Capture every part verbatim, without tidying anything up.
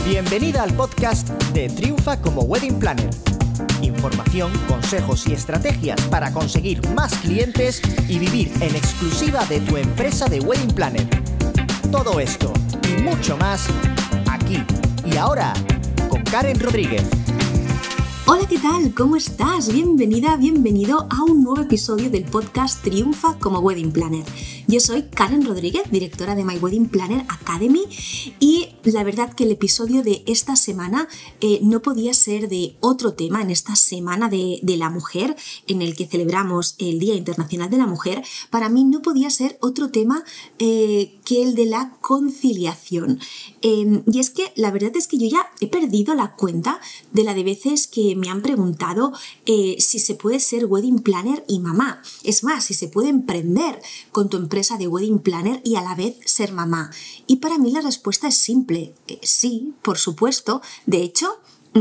Bienvenida al podcast de Triunfa como Wedding Planner. Información, consejos y estrategias para conseguir más clientes y vivir en exclusiva de tu empresa de Wedding Planner. Todo esto y mucho más aquí y ahora con Karen Rodríguez. Hola, ¿qué tal? ¿Cómo estás? Bienvenida, bienvenido a un nuevo episodio del podcast Triunfa como Wedding Planner. Yo soy Karen Rodríguez, directora de My Wedding Planner Academy, y la verdad que el episodio de esta semana eh, no podía ser de otro tema en esta semana de, de la mujer, en el que celebramos el Día Internacional de la Mujer. Para mí no podía ser otro tema eh, que el de la conciliación. Eh, y es que la verdad es que yo ya he perdido la cuenta de la de veces que me han preguntado eh, si se puede ser wedding planner y mamá. Es más, si se puede emprender con tu empresa de wedding planner y a la vez ser mamá. Y para mí la respuesta es simple. Eh, sí, por supuesto. De hecho,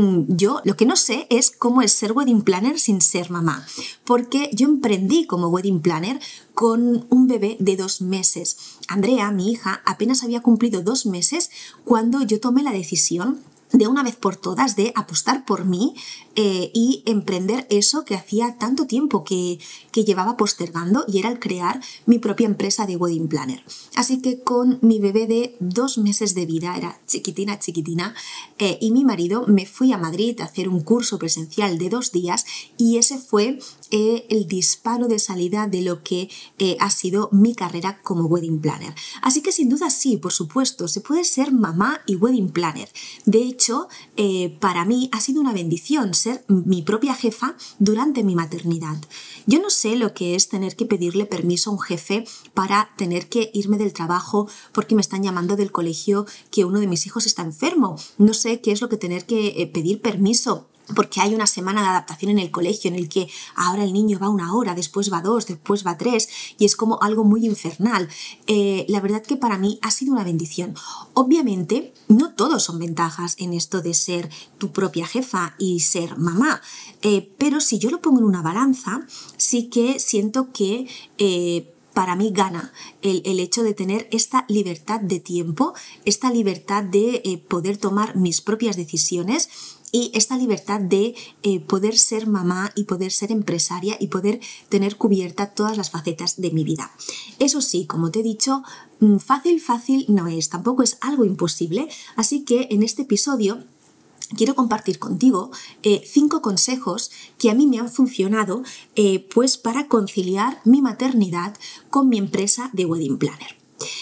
yo lo que no sé es cómo es ser wedding planner sin ser mamá, porque yo emprendí como wedding planner con un bebé de dos meses. Andrea, mi hija, apenas había cumplido dos meses cuando yo tomé la decisión de una vez por todas de apostar por mí eh, y emprender eso que hacía tanto tiempo que, que llevaba postergando, y era el crear mi propia empresa de wedding planner. Así que con mi bebé de dos meses de vida, era chiquitina, chiquitina, eh, y mi marido, me fui a Madrid a hacer un curso presencial de dos días y ese fue eh, el disparo de salida de lo que eh, ha sido mi carrera como wedding planner. Así que sin duda sí, por supuesto, se puede ser mamá y wedding planner. De hecho, De hecho, eh, para mí ha sido una bendición ser mi propia jefa durante mi maternidad. Yo no sé lo que es tener que pedirle permiso a un jefe para tener que irme del trabajo porque me están llamando del colegio que uno de mis hijos está enfermo. No sé qué es lo que tener que eh, pedir permiso porque hay una semana de adaptación en el colegio en el que ahora el niño va una hora, después va dos, después va tres, y es como algo muy infernal. Eh, la verdad que para mí ha sido una bendición. Obviamente, no todos son ventajas en esto de ser tu propia jefa y ser mamá, eh, pero si yo lo pongo en una balanza, sí que siento que Eh, para mí gana el, el hecho de tener esta libertad de tiempo, esta libertad de eh, poder tomar mis propias decisiones y esta libertad de eh, poder ser mamá y poder ser empresaria y poder tener cubierta todas las facetas de mi vida. Eso sí, como te he dicho, fácil, fácil no es, tampoco es algo imposible, así que en este episodio quiero compartir contigo eh, cinco consejos que a mí me han funcionado eh, pues para conciliar mi maternidad con mi empresa de wedding planner.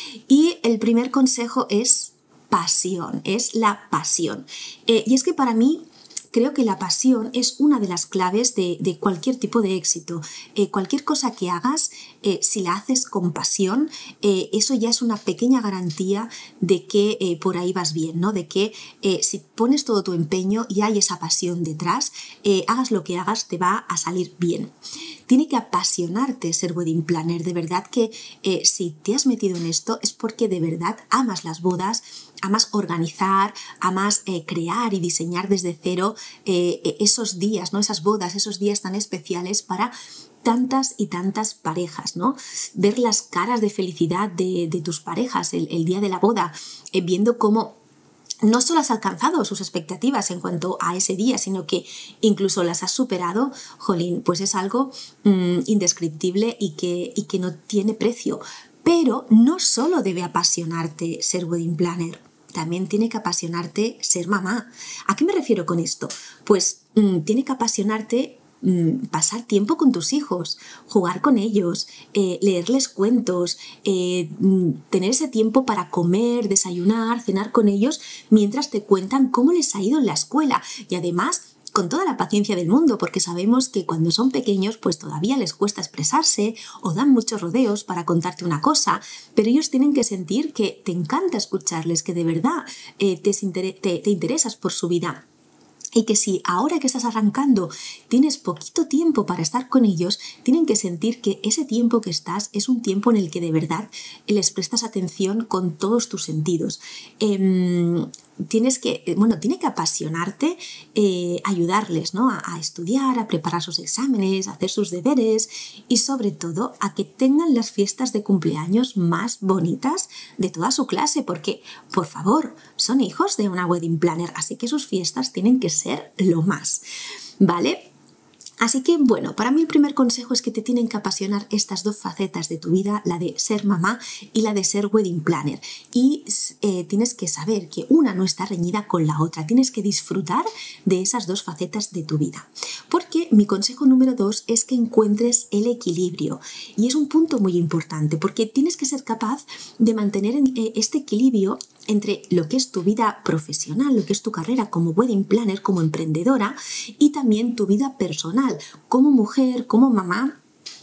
Y el primer consejo es pasión, es la pasión. Eh, y es que para mí creo que la pasión es una de las claves de, de cualquier tipo de éxito. Eh, cualquier cosa que hagas, eh, si la haces con pasión, eh, eso ya es una pequeña garantía de que eh, por ahí vas bien, ¿no? De que eh, si pones todo tu empeño y hay esa pasión detrás, eh, hagas lo que hagas, te va a salir bien. Tiene que apasionarte ser wedding planner. De verdad que eh, si te has metido en esto es porque de verdad amas las bodas, amas organizar, amas eh, crear y diseñar desde cero eh, esos días, ¿no? Esas bodas, esos días tan especiales para tantas y tantas parejas, ¿no? Ver las caras de felicidad de, de tus parejas el, el día de la boda, eh, viendo cómo no solo has alcanzado sus expectativas en cuanto a ese día, sino que incluso las has superado, jolín, pues es algo mmm, indescriptible y que, y que no tiene precio. Pero no solo debe apasionarte ser wedding planner, también tiene que apasionarte ser mamá. ¿A qué me refiero con esto? Pues mmm, tiene que apasionarte pasar tiempo con tus hijos, jugar con ellos, eh, leerles cuentos, eh, tener ese tiempo para comer, desayunar, cenar con ellos mientras te cuentan cómo les ha ido en la escuela, y además con toda la paciencia del mundo, porque sabemos que cuando son pequeños pues todavía les cuesta expresarse o dan muchos rodeos para contarte una cosa, pero ellos tienen que sentir que te encanta escucharles, que de verdad eh, te, te, te interesas por su vida. Y que si ahora que estás arrancando tienes poquito tiempo para estar con ellos, tienen que sentir que ese tiempo que estás es un tiempo en el que de verdad les prestas atención con todos tus sentidos. Eh, tienes que, bueno, tiene que apasionarte eh, ayudarles, ¿no? A, a estudiar, a preparar sus exámenes, a hacer sus deberes y sobre todo a que tengan las fiestas de cumpleaños más bonitas de toda su clase, porque, por favor, son hijos de una wedding planner, así que sus fiestas tienen que ser lo más, ¿vale? Así que, bueno, para mí el primer consejo es que te tienen que apasionar estas dos facetas de tu vida, la de ser mamá y la de ser wedding planner. Y eh, tienes que saber que una no está reñida con la otra, tienes que disfrutar de esas dos facetas de tu vida. Porque mi consejo número dos es que encuentres el equilibrio. Y es un punto muy importante, porque tienes que ser capaz de mantener este equilibrio entre lo que es tu vida profesional, lo que es tu carrera como wedding planner, como emprendedora, y también tu vida personal, como mujer, como mamá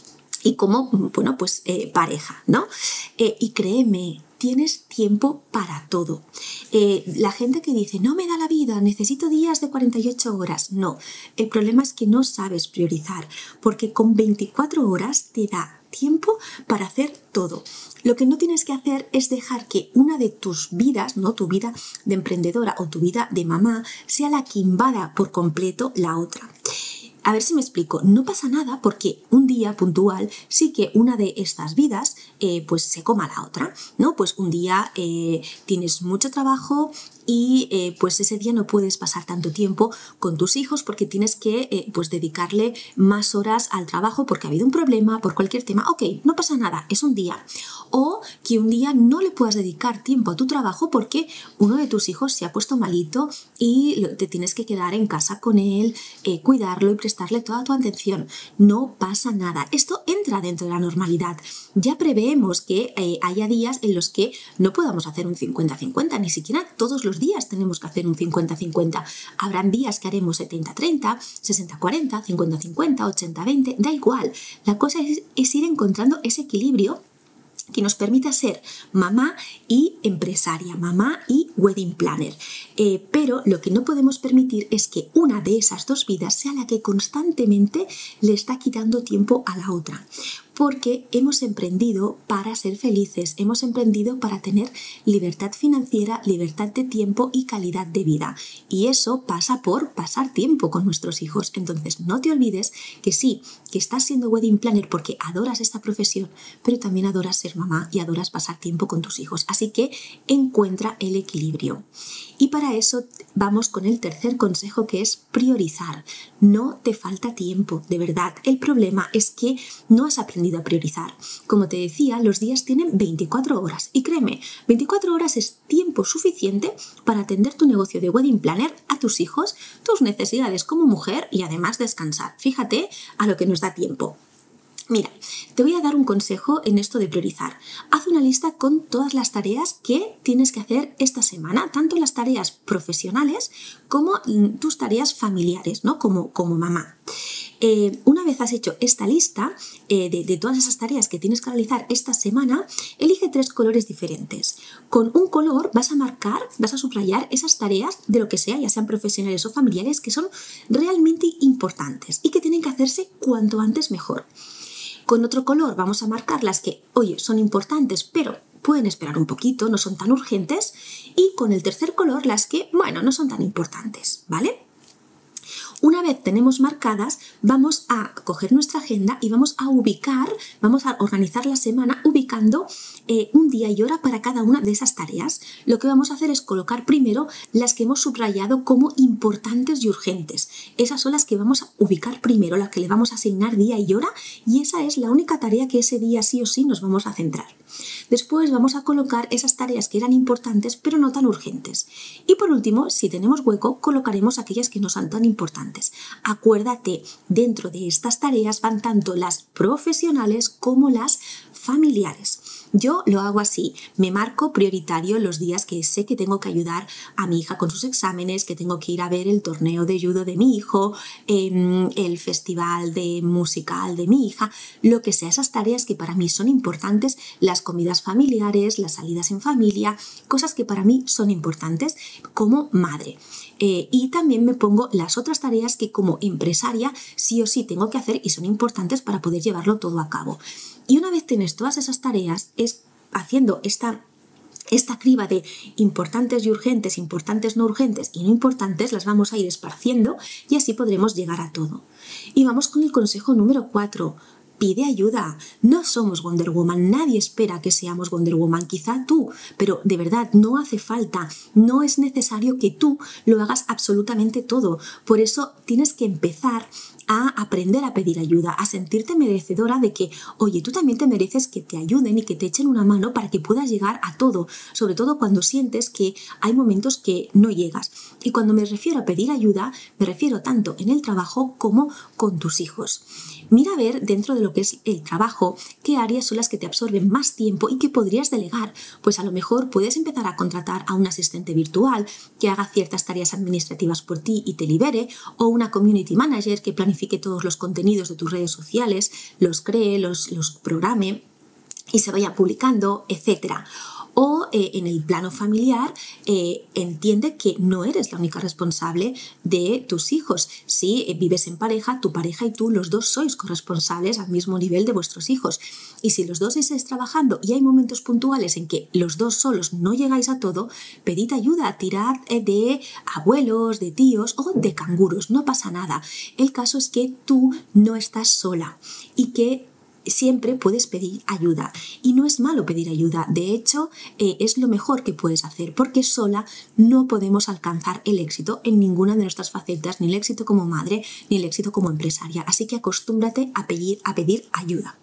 y como, bueno, pues eh, pareja, ¿no? Eh, y créeme, tienes tiempo para todo. Eh, la gente que dice, no me da la vida, necesito días de cuarenta y ocho horas. No, el problema es que no sabes priorizar, porque con veinticuatro horas te da tiempo para hacer todo. Lo que no tienes que hacer es dejar que una de tus vidas, no tu vida de emprendedora o tu vida de mamá, sea la que invada por completo la otra. A ver si me explico, no pasa nada porque un día puntual sí que una de estas vidas eh, pues se coma la otra, ¿no? Pues un día eh, tienes mucho trabajo y eh, pues ese día no puedes pasar tanto tiempo con tus hijos porque tienes que eh, pues dedicarle más horas al trabajo porque ha habido un problema, por cualquier tema. Ok, no pasa nada, es un día. O que un día no le puedas dedicar tiempo a tu trabajo porque uno de tus hijos se ha puesto malito y te tienes que quedar en casa con él, eh, cuidarlo y prestarle toda tu atención. No pasa nada. Esto entra dentro de la normalidad. Ya preveemos que eh, haya días en los que no podamos hacer un cincuenta cincuenta, ni siquiera todos los días tenemos que hacer un cincuenta cincuenta. Habrán días que haremos setenta treinta, sesenta cuarenta, cincuenta cincuenta, ochenta veinte, da igual. La cosa es, es ir encontrando ese equilibrio que nos permita ser mamá y empresaria, mamá y wedding planner. Eh, pero lo que no podemos permitir es que una de esas dos vidas sea la que constantemente le está quitando tiempo a la otra. Porque hemos emprendido para ser felices, hemos emprendido para tener libertad financiera, libertad de tiempo y calidad de vida. Y eso pasa por pasar tiempo con nuestros hijos. Entonces no te olvides que sí, que estás siendo wedding planner porque adoras esta profesión, pero también adoras ser mamá y adoras pasar tiempo con tus hijos. Así que encuentra el equilibrio. Y para eso vamos con el tercer consejo, que es priorizar. No te falta tiempo, de verdad. El problema es que no has aprendido a priorizar. Como te decía, los días tienen veinticuatro horas y créeme, veinticuatro horas es tiempo suficiente para atender tu negocio de wedding planner, a tus hijos, tus necesidades como mujer y además descansar. Fíjate a lo que nos da tiempo. Mira, te voy a dar un consejo en esto de priorizar. Haz una lista con todas las tareas que tienes que hacer esta semana, tanto las tareas profesionales como tus tareas familiares, ¿no? Como, como mamá. Eh, una vez has hecho esta lista eh, de, de todas esas tareas que tienes que realizar esta semana, elige tres colores diferentes. Con un color vas a marcar, vas a subrayar esas tareas de lo que sea, ya sean profesionales o familiares, que son realmente importantes y que tienen que hacerse cuanto antes mejor. Con otro color vamos a marcar las que, oye, son importantes, pero pueden esperar un poquito, no son tan urgentes. Y con el tercer color las que, bueno, no son tan importantes, ¿vale? Una vez tenemos marcadas, vamos a coger nuestra agenda y vamos a ubicar, vamos a organizar la semana ubicando eh, un día y hora para cada una de esas tareas. Lo que vamos a hacer es colocar primero las que hemos subrayado como importantes y urgentes. Esas son las que vamos a ubicar primero, las que le vamos a asignar día y hora, y esa es la única tarea que ese día sí o sí nos vamos a centrar. Después vamos a colocar esas tareas que eran importantes pero no tan urgentes. Y por último, si tenemos hueco, colocaremos aquellas que no son tan importantes. Acuérdate, dentro de estas tareas van tanto las profesionales como las familiares. Yo lo hago así, me marco prioritario los días que sé que tengo que ayudar a mi hija con sus exámenes, que tengo que ir a ver el torneo de judo de mi hijo, eh, el festival de musical de mi hija, lo que sea, esas tareas que para mí son importantes, las comidas familiares, las salidas en familia, cosas que para mí son importantes como madre. Eh, y también me pongo las otras tareas que como empresaria sí o sí tengo que hacer y son importantes para poder llevarlo todo a cabo. Y una vez tienes todas esas tareas, es haciendo esta, esta criba de importantes y urgentes, importantes no urgentes y no importantes, las vamos a ir esparciendo y así podremos llegar a todo. Y vamos con el consejo número cuatro. Pide ayuda. No somos Wonder Woman, nadie espera que seamos Wonder Woman, quizá tú, pero de verdad no hace falta, no es necesario que tú lo hagas absolutamente todo. Por eso tienes que empezar a aprender a pedir ayuda, a sentirte merecedora de que, oye, tú también te mereces que te ayuden y que te echen una mano para que puedas llegar a todo, sobre todo cuando sientes que hay momentos que no llegas. Y cuando me refiero a pedir ayuda, me refiero tanto en el trabajo como con tus hijos. Mira a ver dentro de lo que es el trabajo qué áreas son las que te absorben más tiempo y que podrías delegar. Pues a lo mejor puedes empezar a contratar a un asistente virtual que haga ciertas tareas administrativas por ti y te libere, o una community manager que planifique todos los contenidos de tus redes sociales, los cree, los, los programe y se vaya publicando, etcétera. O eh, en el plano familiar, eh, entiende que no eres la única responsable de tus hijos. Si eh, vives en pareja, tu pareja y tú, los dos sois corresponsables al mismo nivel de vuestros hijos. Y si los dos estáis trabajando y hay momentos puntuales en que los dos solos no llegáis a todo, pedid ayuda, tirad eh, de abuelos, de tíos o de canguros, no pasa nada. El caso es que tú no estás sola y que siempre puedes pedir ayuda, y no es malo pedir ayuda. De hecho, eh, es lo mejor que puedes hacer, porque sola no podemos alcanzar el éxito en ninguna de nuestras facetas, ni el éxito como madre, ni el éxito como empresaria. Así que acostúmbrate a pedir, a pedir ayuda.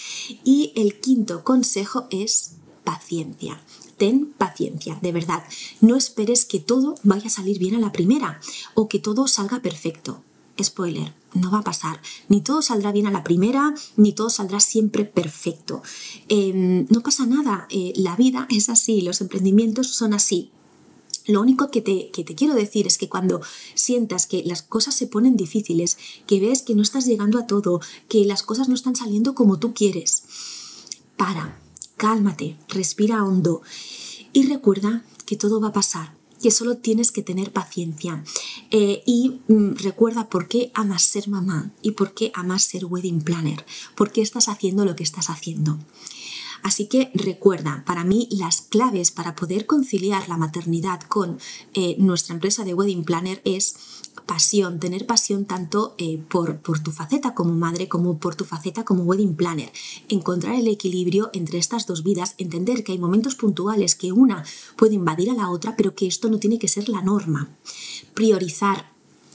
Y el quinto consejo es paciencia. Ten paciencia, de verdad. No esperes que todo vaya a salir bien a la primera o que todo salga perfecto. Spoiler, no va a pasar. Ni todo saldrá bien a la primera, ni todo saldrá siempre perfecto. Eh, no pasa nada. Eh, la vida es así, los emprendimientos son así. Lo único que te, que te quiero decir es que cuando sientas que las cosas se ponen difíciles, que ves que no estás llegando a todo, que las cosas no están saliendo como tú quieres, para, cálmate, respira hondo y recuerda que todo va a pasar, que solo tienes que tener paciencia. Eh, y mm, recuerda por qué amas ser mamá y por qué amas ser wedding planner, por qué estás haciendo lo que estás haciendo. Así que recuerda, para mí las claves para poder conciliar la maternidad con eh, nuestra empresa de wedding planner es pasión, tener pasión tanto eh, por, por tu faceta como madre como por tu faceta como wedding planner. Encontrar el equilibrio entre estas dos vidas, entender que hay momentos puntuales que una puede invadir a la otra, pero que esto no tiene que ser la norma. Priorizar.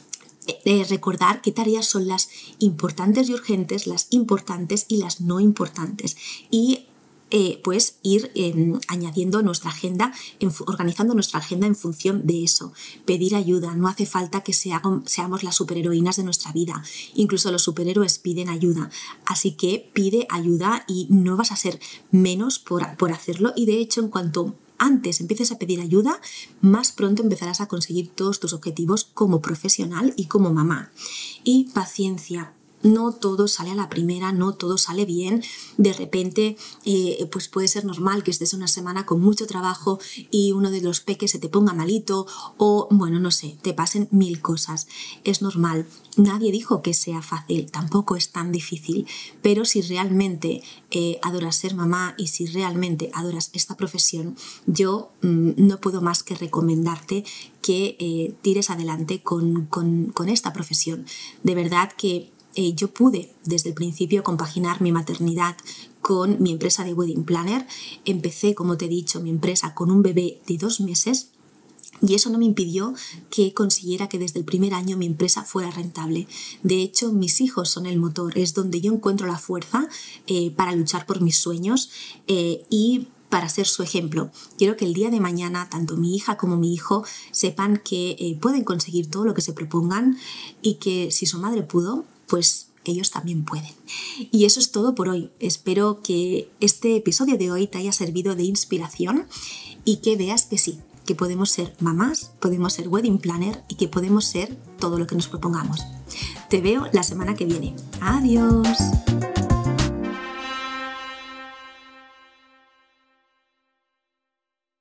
Eh, recordar qué tareas son las importantes y urgentes, las importantes y las no importantes. Y Eh, pues ir eh, añadiendo nuestra agenda, en, organizando nuestra agenda en función de eso. Pedir ayuda, no hace falta que sea, seamos las superheroínas de nuestra vida, incluso los superhéroes piden ayuda, así que pide ayuda y no vas a ser menos por, por hacerlo, y de hecho en cuanto antes empieces a pedir ayuda, más pronto empezarás a conseguir todos tus objetivos como profesional y como mamá. Y paciencia. No todo sale a la primera, no todo sale bien. De repente, eh, pues puede ser normal que estés una semana con mucho trabajo y uno de los peques se te ponga malito o, bueno, no sé, te pasen mil cosas. Es normal. Nadie dijo que sea fácil, tampoco es tan difícil. Pero si realmente eh, adoras ser mamá y si realmente adoras esta profesión, yo mmm, no puedo más que recomendarte que eh, tires adelante con, con, con esta profesión. De verdad que Eh, yo pude desde el principio compaginar mi maternidad con mi empresa de wedding planner. Empecé, como te he dicho, mi empresa con un bebé de dos meses y eso no me impidió que consiguiera que desde el primer año mi empresa fuera rentable. De hecho, mis hijos son el motor, es donde yo encuentro la fuerza eh, para luchar por mis sueños eh, y para ser su ejemplo. Quiero que el día de mañana tanto mi hija como mi hijo sepan que eh, pueden conseguir todo lo que se propongan y que si su madre pudo, pues ellos también pueden. Y eso es todo por hoy. Espero que este episodio de hoy te haya servido de inspiración y que veas que sí, que podemos ser mamás, podemos ser wedding planner y que podemos ser todo lo que nos propongamos. Te veo la semana que viene. ¡Adiós!